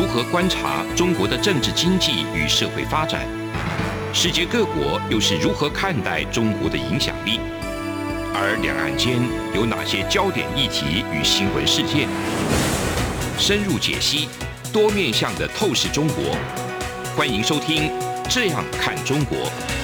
如何观察中国的政治经济与社会发展？世界各国又是如何看待中国的影响力？而两岸间有哪些焦点议题与新闻事件？深入解析，多面向的透视中国。欢迎收听《这样看中国》。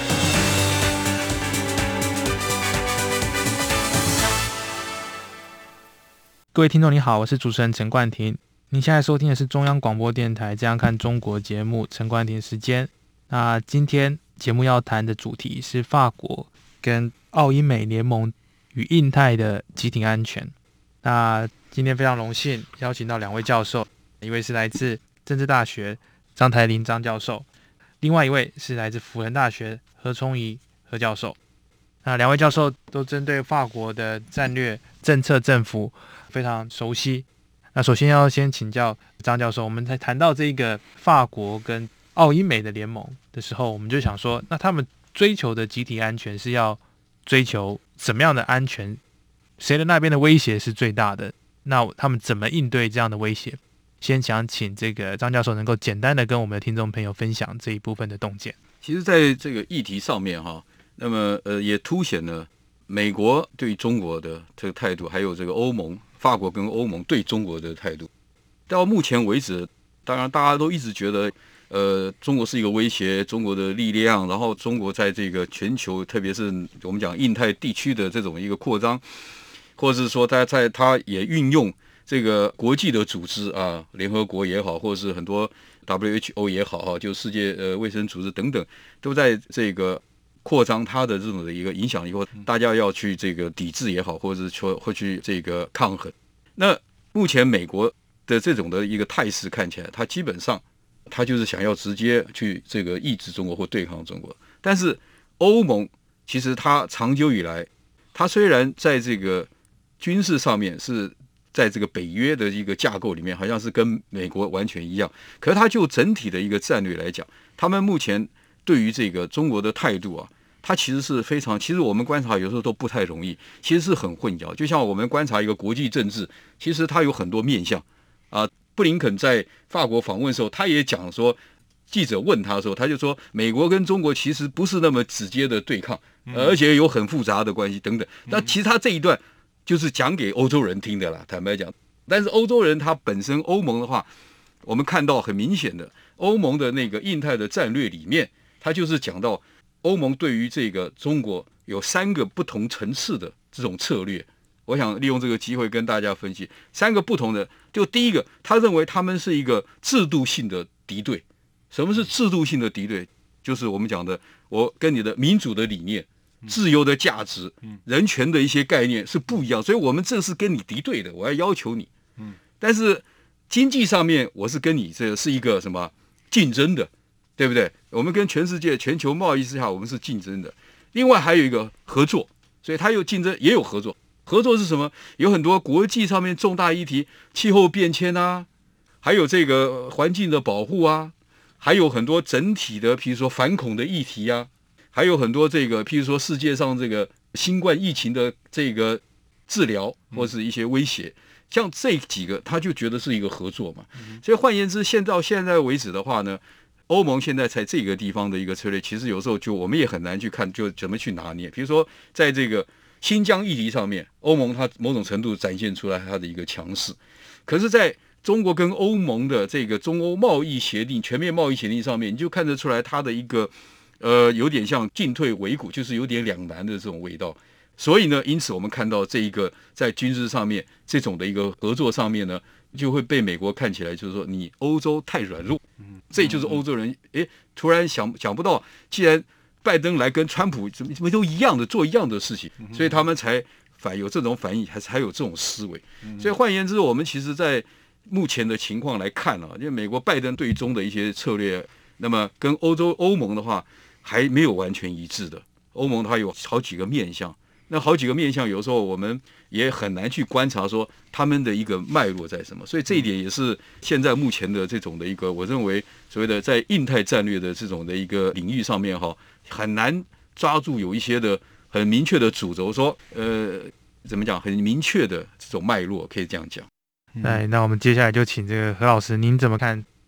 各位听众你好，我是主持人陈冠廷。您现在收听的是中央广播电台《这样看中国》节目，陈冠廷时间。那今天节目要谈的主题是法国跟澳英美联盟与印太的集体安全。那今天非常荣幸邀请到两位教授，一位是来自政治大学张台麟张教授，另外一位是来自辅仁大学何聪仪何教授。那两位教授都针对法国的战略政策政府非常熟悉。那首先要先请教张教授，我们在谈到这个法国跟澳英美的联盟的时候，我们就想说，那他们追求的集体安全是要追求什么样的安全？谁的那边的威胁是最大的？那他们怎么应对这样的威胁？先想请这个张教授能够简单的跟我们的听众朋友分享这一部分的洞见。 其实在这个议题上面那么也凸显了美国对中国的这个态度，还有这个欧盟法国跟欧盟对中国的态度。到目前为止，当然大家都一直觉得中国是一个威胁，中国的力量，然后中国在这个全球，特别是我们讲印太地区的这种一个扩张，或者是说他也运用这个国际的组织啊，联合国也好，或者是很多 WHO 也好就世界卫生组织等等，都在这个扩张它的这种的一个影响力，或大家要去这个抵制也好，或者是说会去这个抗衡。那目前美国的这种的一个态势看起来，它基本上它就是想要直接去这个抑制中国或对抗中国。但是欧盟其实它长久以来，它虽然在这个军事上面是在这个北约的一个架构里面，好像是跟美国完全一样，可是它就整体的一个战略来讲，他们目前对于这个中国的态度它其实是非常，其实我们观察有时候都不太容易，其实是很混淆。就像我们观察一个国际政治，其实它有很多面向布林肯在法国访问的时候，他也讲说，记者问他的时候，他就说美国跟中国其实不是那么直接的对抗，而且有很复杂的关系等等。那其实他这一段就是讲给欧洲人听的啦，坦白讲。但是欧洲人他本身欧盟的话，我们看到很明显的欧盟的那个印太的战略里面，他就是讲到欧盟对于这个中国有3个不同层次的这种策略。我想利用这个机会跟大家分析3个不同的。就第一个，他认为他们是一个制度性的敌对。什么是制度性的敌对？就是我们讲的，我跟你的民主的理念、自由的价值、人权的一些概念是不一样，所以我们这是跟你敌对的，我要求你。但是经济上面，我是跟你这是一个什么竞争的，对不对？我们跟全世界全球贸易之下，我们是竞争的。另外还有一个合作，所以它有竞争也有合作。合作是什么？有很多国际上面重大议题，气候变迁还有这个环境的保护还有很多整体的，譬如说反恐的议题还有很多这个，譬如说世界上这个新冠疫情的这个治疗或是一些威胁，像这几个，他就觉得是一个合作嘛。所以换言之，到现在为止的话呢，欧盟现在在这个地方的一个策略，其实有时候就我们也很难去看，就怎么去拿捏。比如说在这个新疆议题上面，欧盟它某种程度展现出来它的一个强势，可是在中国跟欧盟的这个中欧贸易协定、全面贸易协定上面，你就看得出来它的一个有点像进退维谷，就是有点两难的这种味道。所以呢，因此我们看到这一个在军事上面这种的一个合作上面呢，就会被美国看起来就是说你欧洲太软弱，这就是欧洲人突然想不到，既然拜登来跟川普怎么都一样的做一样的事情，所以他们才有这种反应，才有这种思维。所以换言之，我们其实在目前的情况来看因为美国拜登对中的一些策略，那么跟欧盟的话还没有完全一致的。欧盟它有好几个面向，那好几个面向有时候我们也很难去观察说他们的一个脉络在什么，所以这一点也是现在目前的这种的一个，我认为所谓的在印太战略的这种的一个领域上面很难抓住有一些的很明确的主轴，说怎么讲，很明确的这种脉络，可以这样讲。 那我们接下来就请这个何老师，您怎么看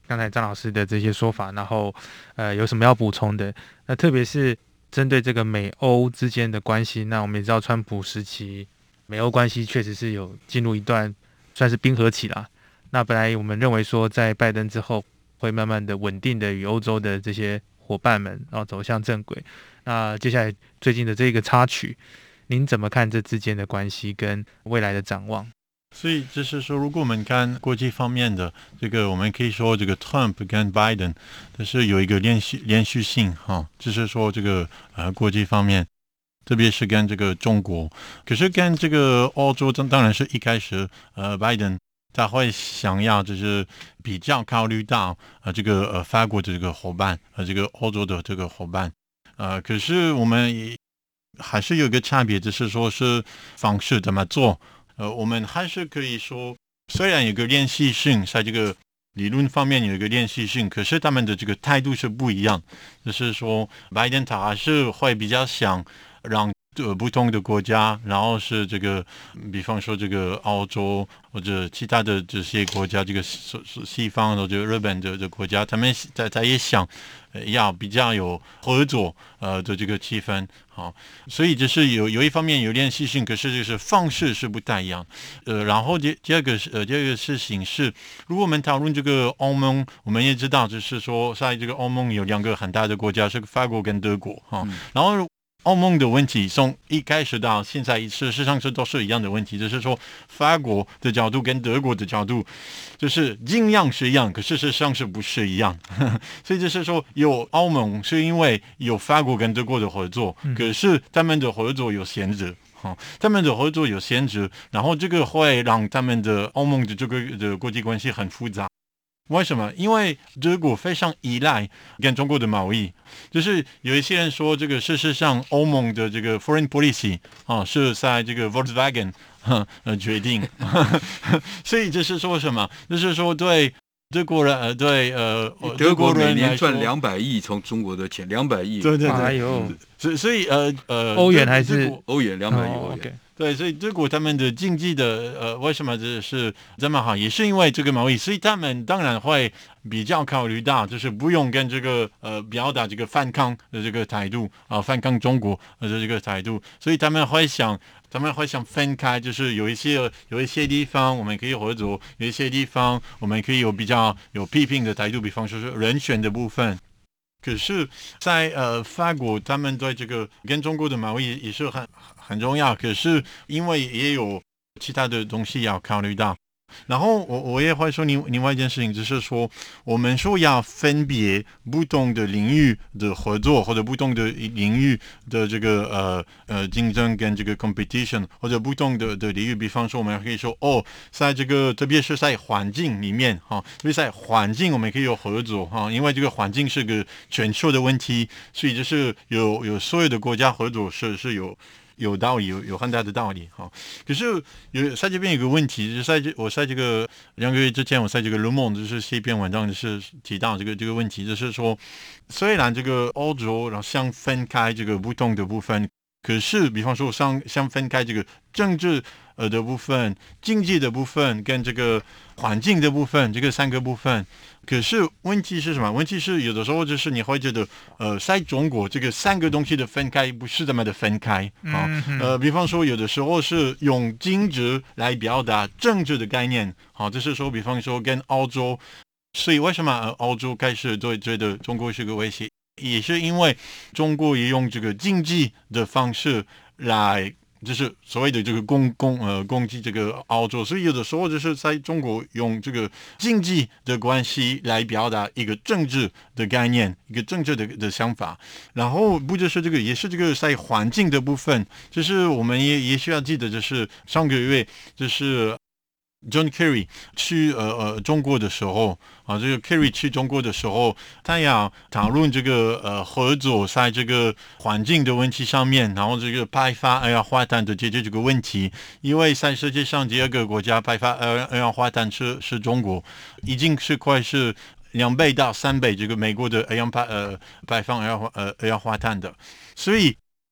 刚才张老师的这些说法，然后有什么要补充的？那特别是针对这个美欧之间的关系，那我们也知道川普时期美欧关系确实是有进入一段算是冰河期啦。那本来我们认为说在拜登之后会慢慢的稳定的与欧洲的这些伙伴们然后走向正轨，那接下来最近的这个插曲，您怎么看这之间的关系跟未来的展望？ 所以就是说，如果我们看国际方面的这个，我们可以说这个 Trump 跟 Biden 就是有一个连续性哈，就是说这个国际方面，特别是跟这个中国，可是跟这个欧洲，当然是一开始Biden 他会想要就是比较考虑到这个法国的这个伙伴这个欧洲的这个伙伴可是我们也还是有一个差别，就是说是方式怎么做。我们还是可以说，虽然有个联系性，在这个理论方面有一个联系性，可是他们的这个态度是不一样。就是说，拜登他还是会比较想让不同的国家，然后是这个，比方说这个澳洲或者其他的这些国家，这个西方的这个日本的国家，他们在也想要比较有合作的这个气氛。好，所以就是有一方面有联系性，可是就是方式是不太一样。然后第二个事情是，如果我们讨论这个欧盟，我们也知道，就是说在这个欧盟有两个很大的国家是法国跟德国哈，然后欧盟的问题从一开始到现在事实上都是一样的问题，就是说法国的角度跟德国的角度就是尽量是一样，可事实上是不是一样所以就是说有欧盟是因为有法国跟德国的合作，可是他们的合作有限制他们的合作有限制，然后这个会让他们的欧盟的这个的国际关系很复杂。为什么？因为德国非常依赖跟中国的贸易，就是有一些人说，这个事实上欧盟的这个 foreign policy 是在这个 Volkswagen 决定，所以这是说什么？就是说对德国人德国每年赚200亿从中国的钱，200亿， 对， 哎呦， 所以欧元还是欧元200亿欧元。 Okay. 对，所以德国他们的经济的为什么这是这么好，也是因为这个贸易，所以他们当然会比较考虑到，就是不用跟这个表达这个反抗的这个态度反抗中国的这个态度，所以他们会想分开，就是有一些地方我们可以合作，有一些地方我们可以有比较有批评的态度，比方说是人权的部分。可是在法国，他们对这个跟中国的贸易也是很重要，可是因为也有其他的东西要考虑到。然后我也会说另外一件事情，就是说我们说要分别不同的领域的合作，或者不同的领域的这个竞争跟这个 competition， 或者不同的领域，比方说我们可以说在这个特别是在环境里面特别在环境我们可以有合作因为这个环境是个全球的问题，所以就是有所有的国家合作是有道理，有很大的道理可是在这边有个问题，就是我在这个2个月之前，我在这个Le Monde就是写一篇文章，就是提到这个问题，就是说虽然这个欧洲然后想分开这个不同的部分，可是比方说想分开这个政治的部分、经济的部分跟这个环境的部分，这个3个部分。可是问题是什么？问题是有的时候就是你会觉得在中国这个3个东西的分开不是这么的分开比方说有的时候是用经济来表达政治的概念就是说比方说跟欧洲，所以为什么欧洲开始觉得中国是个威胁，也是因为中国也用这个经济的方式来就是所谓的这个攻击这个澳洲，所以有的时候就是在中国用这个经济的关系来表达一个政治的概念，一个政治的想法。然后不就是这个，也是这个在环境的部分，就是我们也需要记得，就是上个月就是John Kerry 去中国的时候这个 Kerry 去中国的时候，他要讨论这个合作在这个环境的问题上面，然后这个排放二氧化碳的解决这个问题。因为在世界上第2个国家排放二氧化碳是中国，已经是快是2倍到3倍这个美国的排放二氧化碳的，所以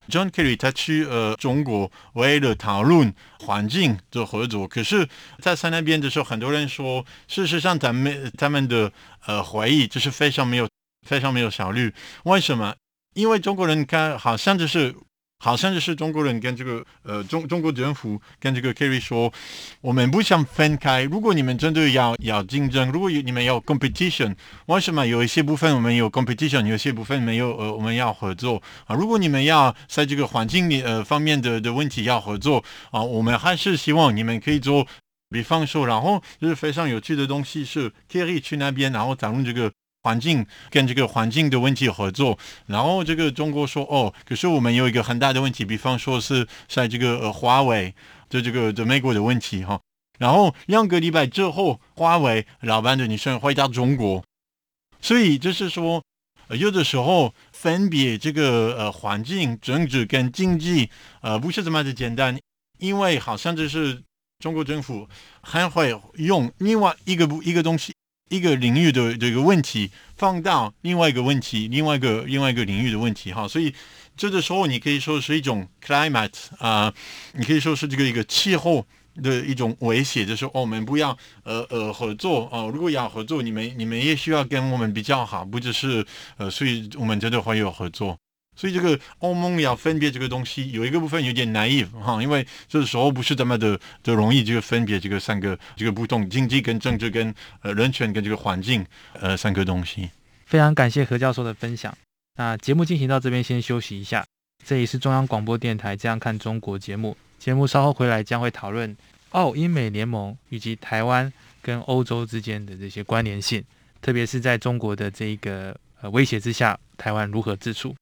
John Kerry 他去中国为了讨论环境的合作，可是在那边的时候，很多人说，事实上他们的会议就是非常没有效率。为什么？因为中国人看好像就是中国人跟这个中国政府跟这个 Kerry 说，我们不想分开。如果你们真的要竞争，如果你们要 competition， 为什么有一些部分我们有 competition， 有些部分没有我们要合作啊？如果你们要在这个环境方面的问题要合作啊，我们还是希望你们可以做。比方说，然后就是非常有趣的东西是 Kerry 去那边，然后讨论这个环境跟这个环境的问题合作，然后这个中国说可是我们有一个很大的问题，比方说是在这个华为的这个美国的问题哈，然后2个礼拜之后，华为老板的女生回到中国，所以就是说，有的时候分别这个环境、政治跟经济不是这么的简单，因为好像就是中国政府很会用另外一个东西。一个领域的这个问题放到另外一个问题，另外一个领域的问题哈，所以这个时候你可以说是一种 climate 你可以说是这个一个气候的一种威胁，就是我们不要合作如果要合作，你们也需要跟我们比较好，不只是所以我们真的会有合作。所以这个欧盟要分别这个东西，有一个部分有点 naive 因为这时候不是这么的容易这个分别这个3个这个不同经济跟政治跟人权跟这个环境3个东西。 非常感谢何教授的分享。那节目进行到这边先休息一下。这里是中央广播电台这样看中国节目，节目稍后回来将会讨论澳英美联盟以及台湾跟欧洲之间的这些关联性，特别是在中国的这一个威胁之下，台湾如何自处。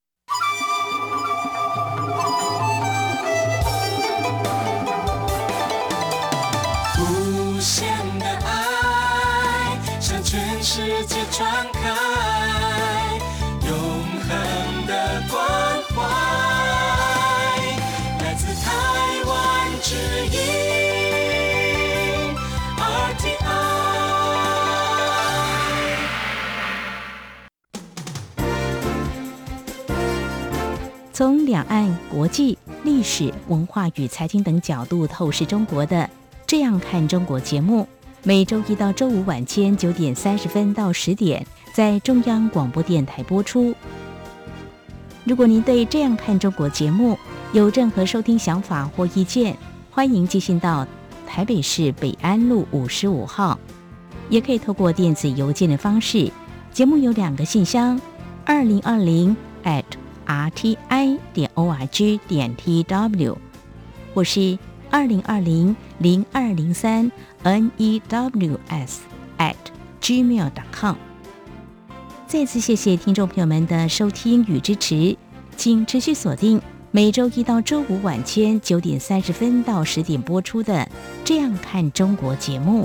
无限的爱向全世界传开，永恒的关怀来自台湾之音 RTI。 从两岸、国际、历史、文化与财经等角度透视中国的这样看中国节目，每周一到周五晚间9点30分到10点在中央广播电台播出。如果您对这样看中国节目有任何收听想法或意见，欢迎寄信到台北市北安路55号，也可以透过电子邮件的方式。节目有2个信箱2020@rti.org.tw 或是2020-0203-news@gmail.com。 再次谢谢听众朋友们的收听与支持，请持续锁定每周一到周五晚间9点30分到10点播出的《这样看中国》节目。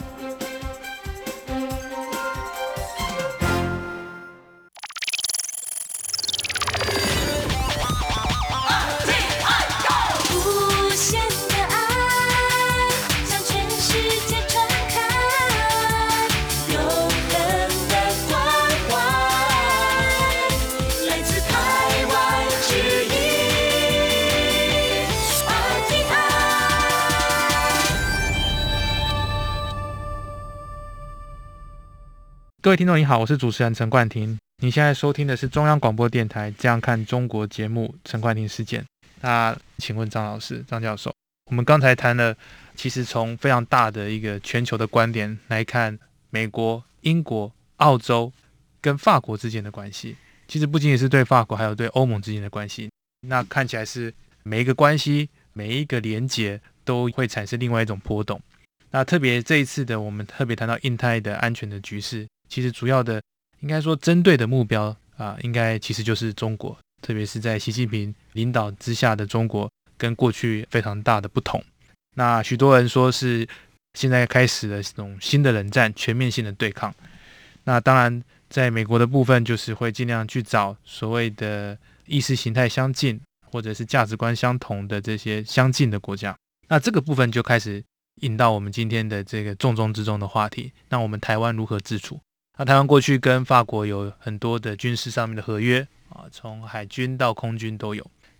各位听众你好，我是主持人陈冠廷。你现在收听的是中央广播电台这样看中国节目陈冠廷事件。那请问张老师、张教授，我们刚才谈了，其实从非常大的一个全球的观点来看，美国、英国、澳洲跟法国之间的关系，其实不仅仅是对法国，还有对欧盟之间的关系。那看起来是每一个关系、每一个连结都会产生另外一种波动。那特别这一次的，我们特别谈到印太的安全的局势，其实主要的应该说针对的目标应该其实就是中国，特别是在习近平领导之下的中国，跟过去非常大的不同。那许多人说是现在开始了这种新的冷战，全面性的对抗。那当然在美国的部分，就是会尽量去找所谓的意识形态相近或者是价值观相同的这些相近的国家。那这个部分就开始引到我们今天的这个重中之重的话题，那我们台湾如何自处？那台湾过去跟法国有很多的军事上面的合约从海军到空军都有。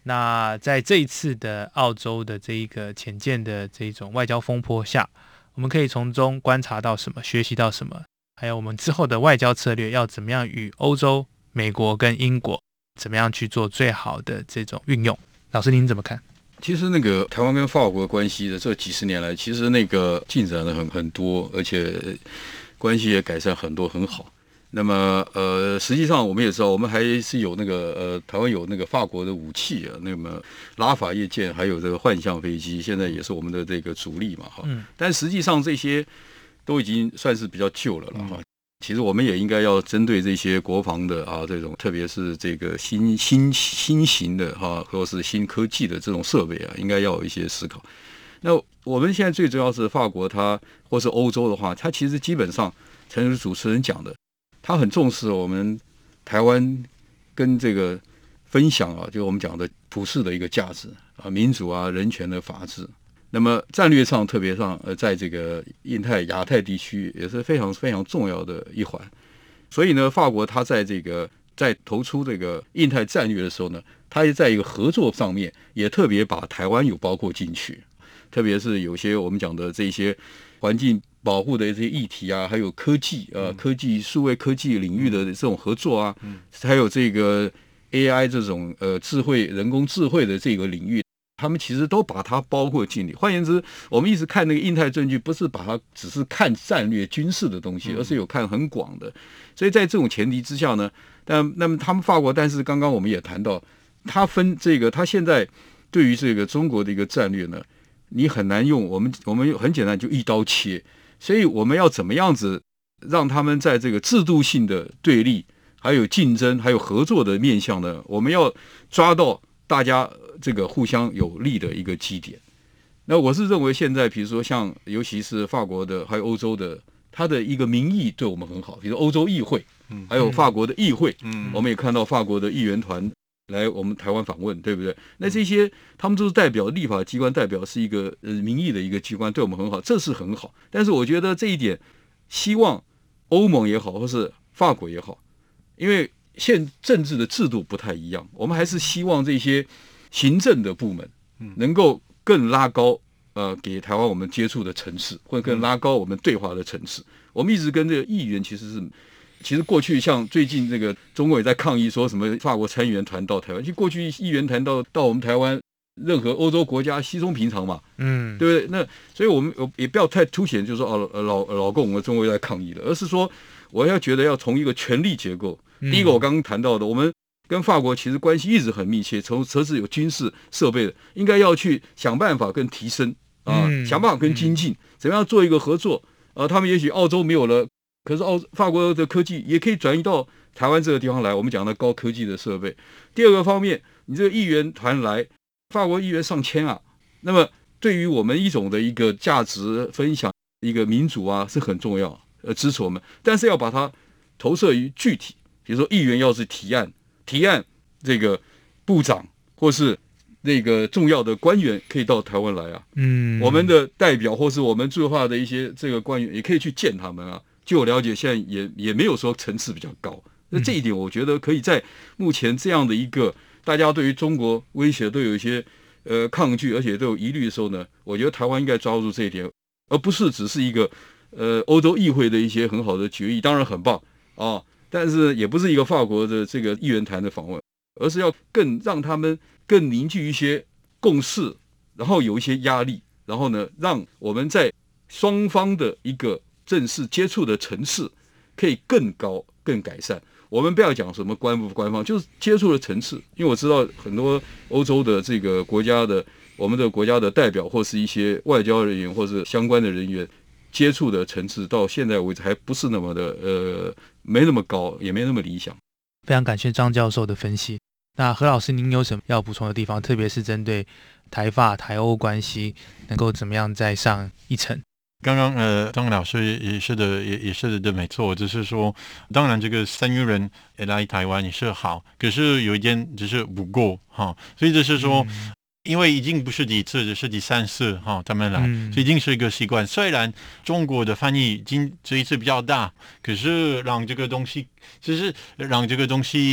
那在这一次的澳洲的这一个浅见的这种外交风波下，我们可以从中观察到什么，学习到什么，还有我们之后的外交策略要怎么样与欧洲、美国跟英国怎么样去做最好的这种运用。老师您怎么看？ 其实那个台湾跟法国关系的这几十年来，其实那个进展的很多，而且关系也改善很多，很好。那么实际上我们也知道，我们还是有那个台湾有那个法国的武器啊，那么拉法叶舰还有这个幻象飞机，现在也是我们的这个主力嘛哈。但实际上这些都已经算是比较旧了哈。其实我们也应该要针对这些国防的啊这种，特别是这个新型的哈，或是新科技的这种设备啊，应该要有一些思考。那我们现在最主要是法国它或是欧洲的话，它其实基本上，诚如主持人讲的，他很重视我们台湾跟这个分享啊，就我们讲的普世的一个价值啊，民主啊、人权的法治。那么战略上，特别上在这个印太、亚太地区也是非常非常重要的一环。所以呢，法国它在投出这个印太战略的时候呢，它也在一个合作上面也特别把台湾有包括进去，特别是有些我们讲的这些环境保护的一些议题啊，还有科技数位科技领域的这种合作啊，还有这个 AI 这种人工智慧的这个领域，他们其实都把它包括进里。换言之，我们一直看那个印太证据，不是把它只是看战略军事的东西，而是有看很广的。所以在这种前提之下呢，那么他们法国，但是刚刚我们也谈到，他现在对于这个中国的一个战略呢，你很难用我们很简单就一刀切。所以我们要怎么样子让他们在这个制度性的对立、还有竞争、还有合作的面向呢？我们要抓到大家这个互相有利的一个基点。那我是认为现在，比如说像尤其是法国的，还有欧洲的，它的一个民意对我们很好，比如欧洲议会，还有法国的议会，我们也看到法国的议员团来我们台湾访问，对不对？那这些他们都是代表立法机关，代表是一个民意的一个机关，对我们很好，这是很好。但是我觉得这一点，希望欧盟也好，或是法国也好，因为现政治的制度不太一样，我们还是希望这些行政的部门能够更拉高给台湾我们接触的层次，或者更拉高我们对话的层次。我们一直跟这个议员其实过去像最近这个中国也在抗议说什么法国参议员团到台湾，其实过去议员团到我们台湾，任何欧洲国家稀松平常嘛，对不对？那所以我们也不要太凸显，就是说老共我们中国又在抗议了，而是说我要觉得要从一个权力结构。第一个我刚刚谈到的，我们跟法国其实关系一直很密切，从车子有军事设备的，应该要去想办法跟提升想办法跟精进，怎么样做一个合作他们也许澳洲没有了。可是法国的科技也可以转移到台湾这个地方来，我们讲的高科技的设备。第二个方面，你这个议员团来，法国议员上千啊，那么对于我们一种的一个价值分享、一个民主啊是很重要，支持我们。但是要把它投射于具体，比如说议员要是提案这个部长或是那个重要的官员可以到台湾来啊，我们的代表或是我们驻华的一些这个官员也可以去见他们啊。据我了解，现在也没有说层次比较高。那这一点，我觉得可以在目前这样的一个大家对于中国威胁都有一些抗拒，而且都有疑虑的时候呢，我觉得台湾应该抓住这一点，而不是只是一个欧洲议会的一些很好的决议，当然很棒啊，但是也不是一个法国的这个议员团的访问，而是要更让他们更凝聚一些共识，然后有一些压力，然后呢，让我们在双方的一个正式接触的层次可以更高、更改善。我们不要讲什么官不官方，就是接触的层次。因为我知道很多欧洲的这个国家的我们的国家的代表，或是一些外交人员，或是相关的人员接触的层次，到现在为止还不是那么的没那么高，也没那么理想。 非常感谢张教授的分析。那何老师，您有什么要补充的地方？特别是针对台法、台欧关系能够怎么样再上一层？ 刚刚张老师也是的没错，就是说，当然这个3亿人来台湾也是好，可是有一点就是不够哈，所以就是说，因为已经不是第一次，这是第3次哈，他们来，所以已经是一个习惯。虽然中国的翻译已经这一次比较大，可是让这个东西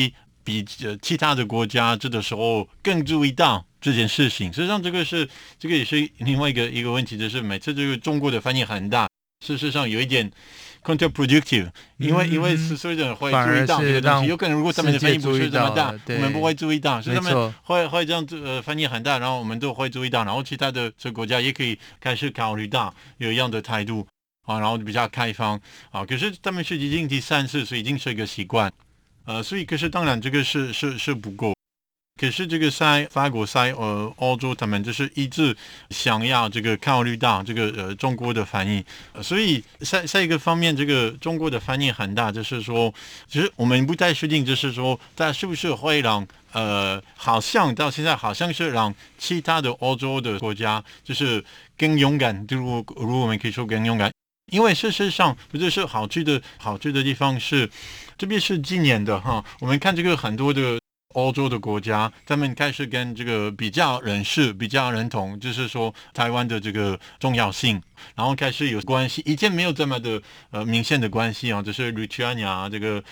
比其他的国家这个时候更注意到这件事情。实际上这个也是另外一个问题，就是每次这个中国的反应很大，事实上有一点 counterproductive， 因为所有人会注意到这个东西，有可能如果他们的反应不是这么大，我们不会注意到，所以他们会这样反应很大，然后我们都会注意到，然后其他的这个国家也可以开始考虑到有一样的态度啊，然后比较开放啊。可是他们是已经第3次，所以已经是一个习惯，所以可是当然这个是不够。可是这个在法国在欧洲，他们就是一直想要这个考虑到这个中国的反应，所以在一个方面，这个中国的反应很大，就是说，其实我们不太确定，就是说，它是不是会让好像到现在好像是让其他的欧洲的国家就是更勇敢，如果我们可以说更勇敢。因为事实上，这是好处的地方是，特别是今年的哈，我们看这个很多的欧洲的国家，他们开始跟这个比较认同，就是说台湾的这个重要性，然后开始有关系。以前没有这么的明显的关系啊，就是 Lithuania 这个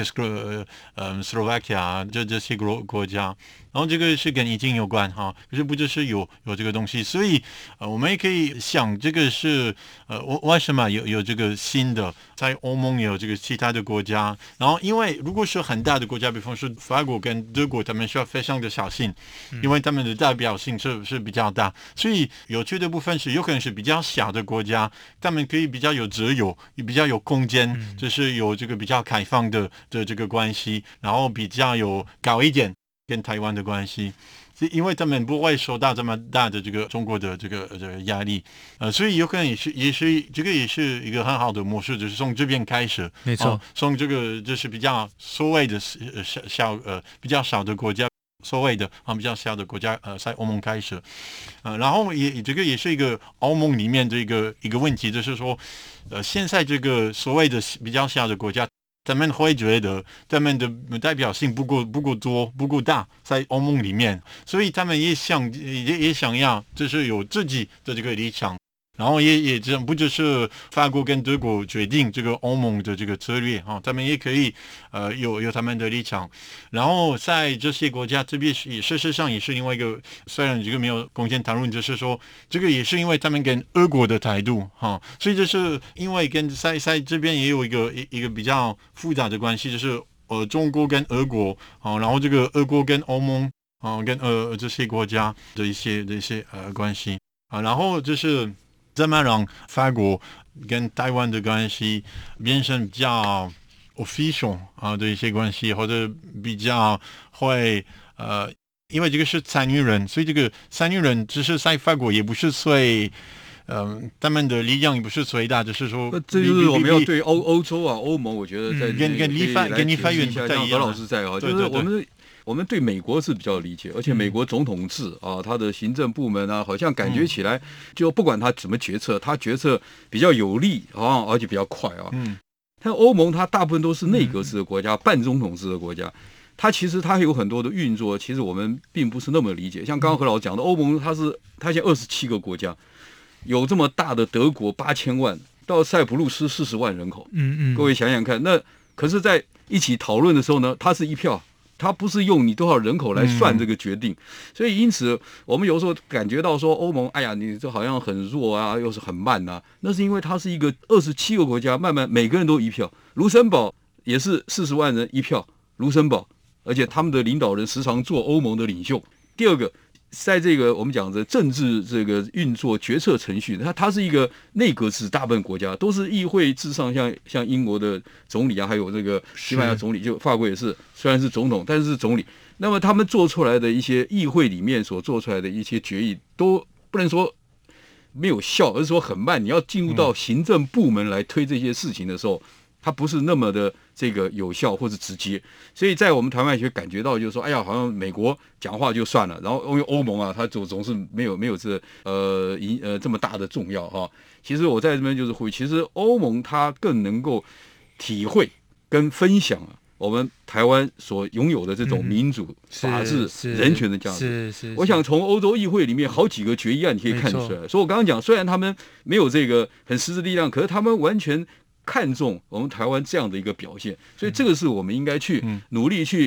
Slovakia 这些国家。然后这个是跟疫情有关哈，可是不就是有这个东西，所以我们也可以想，这个是为什么有这个新的，在欧盟也有这个其他的国家，然后因为如果是很大的国家，比方说法国跟德国，他们需要非常的小心，因为他们的代表性是比较大，所以有趣的部分是有可能是比较小的国家，他们可以比较有自由，比较有空间，就是有这个比较开放的这个关系，然后比较有高一点跟台湾的关系，因为他们不会受到这么大的这个中国的这个压力，所以有可能也是这个也是一个很好的模式，就是从这边开始， 没错， 从这个就是比较所谓的比较少的国家，所谓的比较小的国家在欧盟开始，然后这个也是一个欧盟里面的一个问题，就是说现在这个所谓的比较小的国家，他们会觉得他们的代表性不够多、不够大，在欧盟里面，所以他们也想要，就是有自己的这个立场，然后也这样，不就是法国跟德国决定这个欧盟的这个策略哈，他们也可以有他们的立场，然后在这些国家，这边事实上也是另外一个，虽然这个没有空间谈论，就是说这个也是因为他们跟俄国的态度哈，所以就是因为跟在这边也有一个比较复杂的关系，就是中国跟俄国啊，然后这个俄国跟欧盟啊，跟这些国家的一些关系啊，然后就是怎么让法国跟台湾的关系变成比较 official 啊的一些关系，或者比较会因为这个是参与人，所以这个参与人只是在法国也不是最他们的力量也不是最大，就是说这就是我们要对欧洲啊欧盟，我觉得在跟立法院不太一样。 何老师在就是我们对美国是比较理解，而且美国总统制啊，他的行政部门啊，好像感觉起来就不管他怎么决策，他决策比较有力啊，而且比较快啊。但欧盟它大部分都是内阁制的国家，半总统制的国家，它其实它有很多的运作，其实我们并不是那么理解。像刚刚何老师讲的，欧盟它现在27个国家，有这么大的德国8000万，到塞浦路斯40万人口，各位想想看，那可是在一起讨论的时候呢，它是一票。它不是用你多少人口来算这个决定，所以因此我们有时候感觉到说欧盟，哎呀，你这好像很弱啊，又是很慢啊，那是因为它是一个27个国家，慢慢每个人都一票。卢森堡也是40万人一票，卢森堡，而且他们的领导人时常做欧盟的领袖。第二个，在这个我们讲的政治这个运作决策程序，它是一个内阁制，大部分国家都是议会至上，像英国的总理啊，还有这个西班牙总理，就法国也是，虽然是总统，但是总理。那么他们做出来的一些议会里面所做出来的一些决议，都不能说没有效，而是说很慢。你要进入到行政部门来推这些事情的时候，它不是那么的这个有效或者直接，所以在我们台湾学感觉到就是说，哎呀，好像美国讲话就算了，然后因为欧盟啊，它总是没有这么大的重要哈。其实我在这边就是呼吁，其实欧盟它更能够体会跟分享我们台湾所拥有的这种民主、法治、人权的价值。我想从欧洲议会里面好几个决议案你可以看出来。所以我刚刚讲，虽然他们没有这个很实质力量，可是他们完全看重我们台湾这样的一个表现，所以这个是我们应该去努力去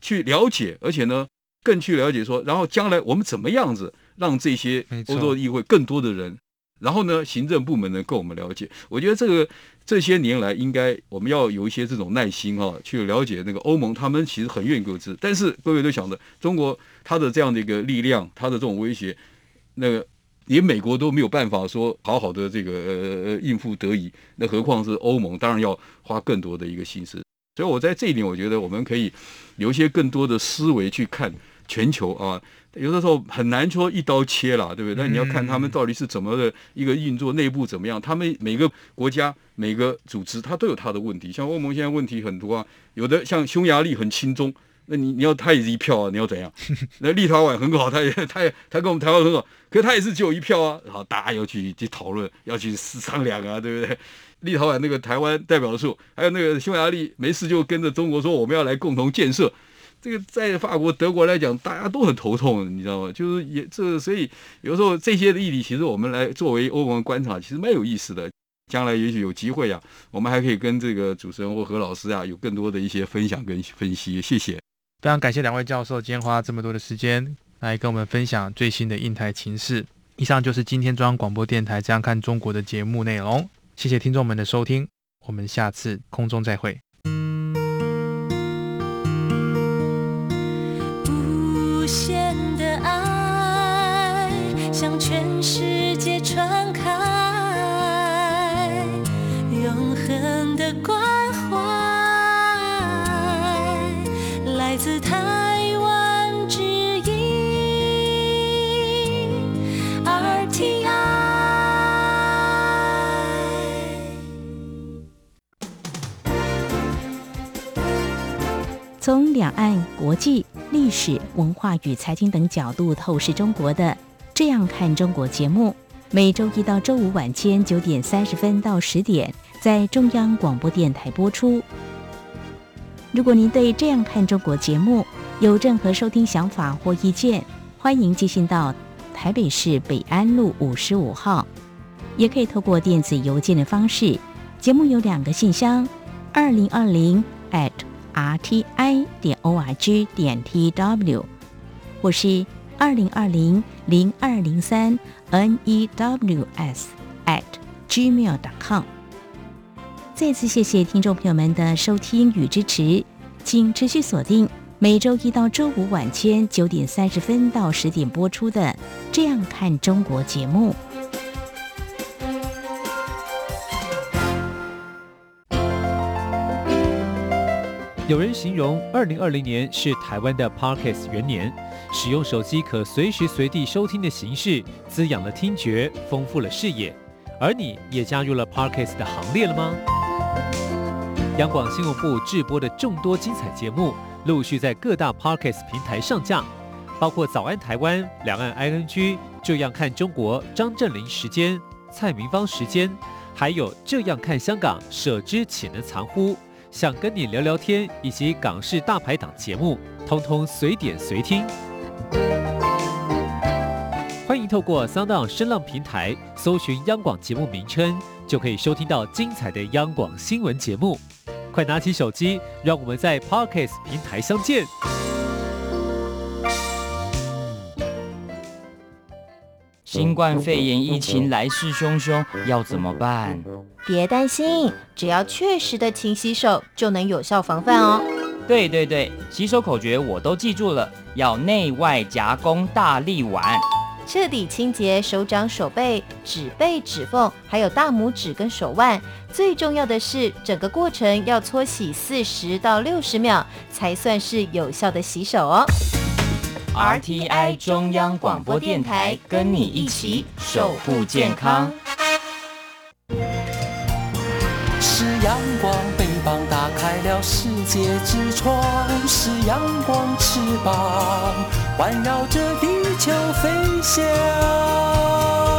去了解，而且呢更去了解说，然后将来我们怎么样子让这些欧洲议会更多的人，然后呢行政部门能够我们了解。我觉得这些年来应该我们要有一些这种耐心去了解那个欧盟，他们其实很愿意各自，但是各位都晓得中国它的这样的一个力量，它的这种威胁，那个连美国都没有办法说好好的这个应付得宜，那何况是欧盟，当然要花更多的一个心思。所以我在这一点，我觉得我们可以留一些更多的思维去看全球啊。有的时候很难说一刀切啦，对不对？但你要看他们到底是怎么的一个运作，内部怎么样。他们每个国家、每个组织，它都有它的问题。像欧盟现在问题很多啊，有的像匈牙利很亲中，那你要他也是一票啊，你要怎样？那立陶宛很好，他跟我们台湾很好，可是他也是只有一票啊。然后大家要去讨论，要去商量啊，对不对？立陶宛那个台湾代表处，还有那个匈牙利没事就跟着中国说我们要来共同建设。这个在法国、德国来讲，大家都很头痛，你知道吗？就是所以有时候这些的议题，其实我们来作为欧盟观察，其实蛮有意思的。将来也许有机会啊，我们还可以跟这个主持人或何老师啊，有更多的一些分享跟分析。谢谢， 非常感谢两位教授今天花这么多的时间来跟我们分享最新的印台情势。以上就是今天中央广播电台《这样看中国》的节目内容。谢谢听众们的收听，我们下次空中再会。 无限的爱向全世界传开，永恒的关怀来自台湾之音 RTI。 从两岸、国际、历史、文化与财经等角度透视中国的《这样看中国》节目，每周一到周五晚间9点30分到10点在中央广播电台播出。如果您对《这样看中国》节目有任何收听想法或意见，欢迎寄信到台北市北安路55号，也可以透过电子邮件的方式。节目有2个信箱2020@rti.org.tw 或是2020-0203-news@gmail.com。 再次谢谢听众朋友们的收听与支持，请持续锁定每周一到周五晚间9点30分到10点播出的《这样看中国》节目。 有人形容2020年是台湾的 Podcast 元年，使用手机可随时随地收听的形式，滋养了听觉，丰富了视野。而你也加入了 Podcast 的行列了吗？央广新闻部制播的众多精彩节目，陆续在各大 Podcast 平台上架，包括早安台湾、两岸 ING、这样看中国、张振林时间、蔡明芳时间，还有这样看香港、舍之岂能藏乎，想跟你聊聊天，以及港式大排档节目，通通随点随听。欢迎透过 SoundOn 声浪平台搜寻央广节目名称，就可以收听到精彩的央广新闻节目。快拿起手机，让我们在 Podcast 平台相见。 新冠肺炎疫情来势汹汹，要怎么办？ 别担心，只要确实的勤洗手，就能有效防范哦。 对，洗手口诀我都记住了，要内外夹攻大力碗， 彻底清洁手掌、手背、指背、指缝，还有大拇指跟手腕。最重要的是，整个过程要搓洗40到60秒，才算是有效的洗手哦。 RTI 中央广播电台，跟你一起守护健康。 是阳光，翅膀打开了世界之窗，是阳光翅膀环绕着地球飞翔。